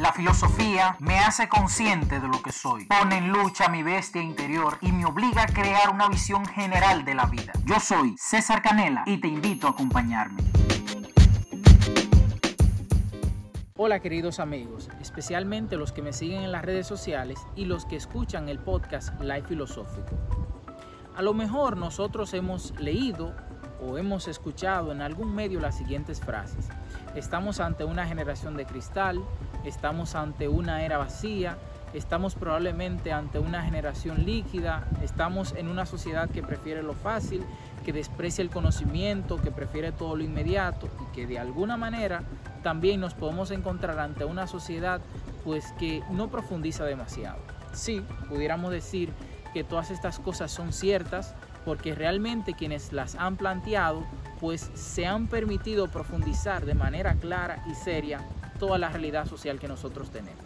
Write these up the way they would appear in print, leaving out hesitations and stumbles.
La filosofía me hace consciente de lo que soy, pone en lucha mi bestia interior y me obliga a crear una visión general de la vida. Yo soy César Canela y te invito a acompañarme. Hola queridos amigos, especialmente los que me siguen en las redes sociales y los que escuchan el podcast Life Filosófico. A lo mejor nosotros hemos leído o hemos escuchado en algún medio las siguientes frases. Estamos ante una generación de cristal, estamos ante una era vacía, estamos probablemente ante una generación líquida, estamos en una sociedad que prefiere lo fácil, que desprecia el conocimiento, que prefiere todo lo inmediato y que de alguna manera también nos podemos encontrar ante una sociedad pues que no profundiza demasiado. Sí, pudiéramos decir que todas estas cosas son ciertas porque realmente quienes las han planteado pues se han permitido profundizar de manera clara y seria toda la realidad social que nosotros tenemos.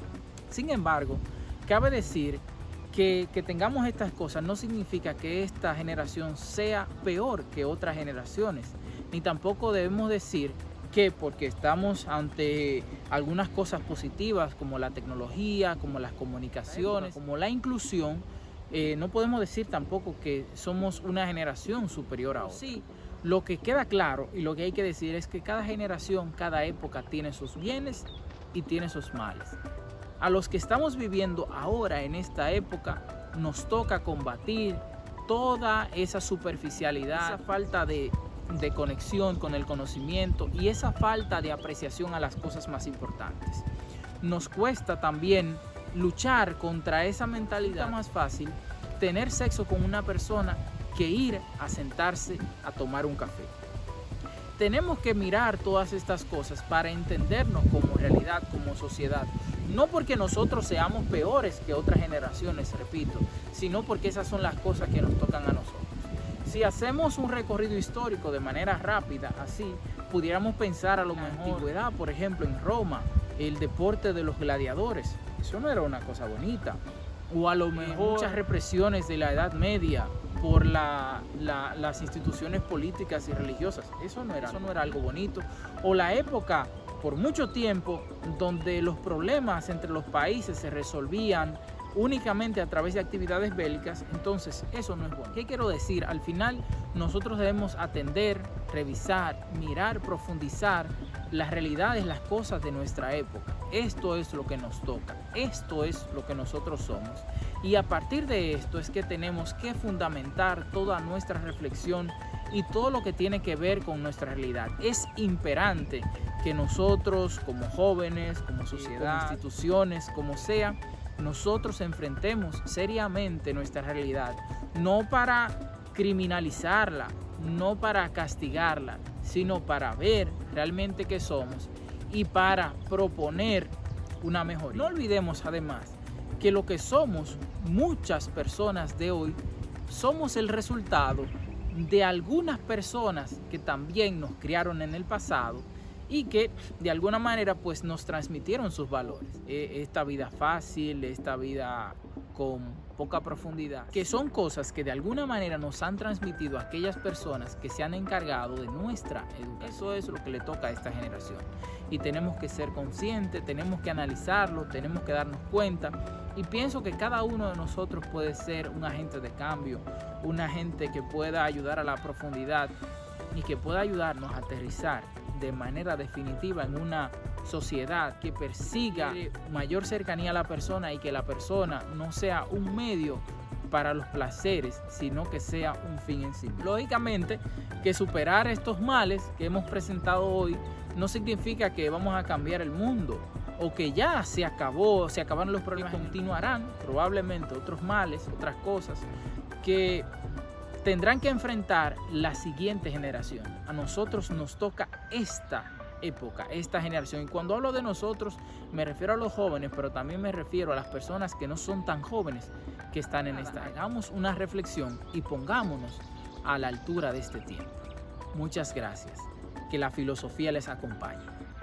Sin embargo, cabe decir que tengamos estas cosas no significa que esta generación sea peor que otras generaciones, ni tampoco debemos decir que porque estamos ante algunas cosas positivas como la tecnología, como las comunicaciones, como la inclusión, no podemos decir tampoco que somos una generación superior a otra. Sí, lo que queda claro y lo que hay que decir es que cada generación, cada época tiene sus bienes y tiene sus males. A los que estamos viviendo ahora en esta época nos toca combatir toda esa superficialidad, esa falta de conexión con el conocimiento y esa falta de apreciación a las cosas más importantes. Nos cuesta también luchar contra esa mentalidad. Es más fácil tener sexo con una persona que ir a sentarse a tomar un café. Tenemos que mirar todas estas cosas para entendernos como realidad, como sociedad. No porque nosotros seamos peores que otras generaciones, repito, sino porque esas son las cosas que nos tocan a nosotros. Si hacemos un recorrido histórico de manera rápida, así, pudiéramos pensar a lo mejor en la antigüedad, por ejemplo, en Roma, el deporte de los gladiadores. Eso no era una cosa bonita. O a lo mejor muchas represiones de la Edad Media por las instituciones políticas y religiosas. Eso no era algo bonito. O la época, por mucho tiempo, donde los problemas entre los países se resolvían únicamente a través de actividades bélicas. Entonces eso no es bueno. ¿Qué quiero decir? Al final nosotros debemos atender, revisar, mirar, profundizar las realidades, las cosas de nuestra época. Esto es lo que nos toca, esto es lo que nosotros somos y a partir de esto es que tenemos que fundamentar toda nuestra reflexión y todo lo que tiene que ver con nuestra realidad. Es imperante que nosotros como jóvenes, como sociedad, como instituciones, como sea, nosotros enfrentemos seriamente nuestra realidad, no para criminalizarla, no para castigarla, sino para ver realmente qué somos y para proponer una mejoría. No olvidemos además que lo que somos muchas personas de hoy somos el resultado de algunas personas que también nos criaron en el pasado y que de alguna manera pues nos transmitieron sus valores. Esta vida fácil, esta vida con poca profundidad, que son cosas que de alguna manera nos han transmitido aquellas personas que se han encargado de nuestra educación. Eso es lo que le toca a esta generación y tenemos que ser conscientes, tenemos que analizarlo, tenemos que darnos cuenta y pienso que cada uno de nosotros puede ser un agente de cambio, un agente que pueda ayudar a la profundidad y que pueda ayudarnos a aterrizar de manera definitiva en una sociedad que persiga mayor cercanía a la persona y que la persona no sea un medio para los placeres, sino que sea un fin en sí. Lógicamente que superar estos males que hemos presentado hoy no significa que vamos a cambiar el mundo o que ya se acabaron los problemas. Continuarán probablemente otros males, otras cosas que tendrán que enfrentar la siguiente generación. A nosotros nos toca esta época, esta generación. Y cuando hablo de nosotros, me refiero a los jóvenes, pero también me refiero a las personas que no son tan jóvenes que están en esta. Hagamos una reflexión y pongámonos a la altura de este tiempo. Muchas gracias. Que la filosofía les acompañe.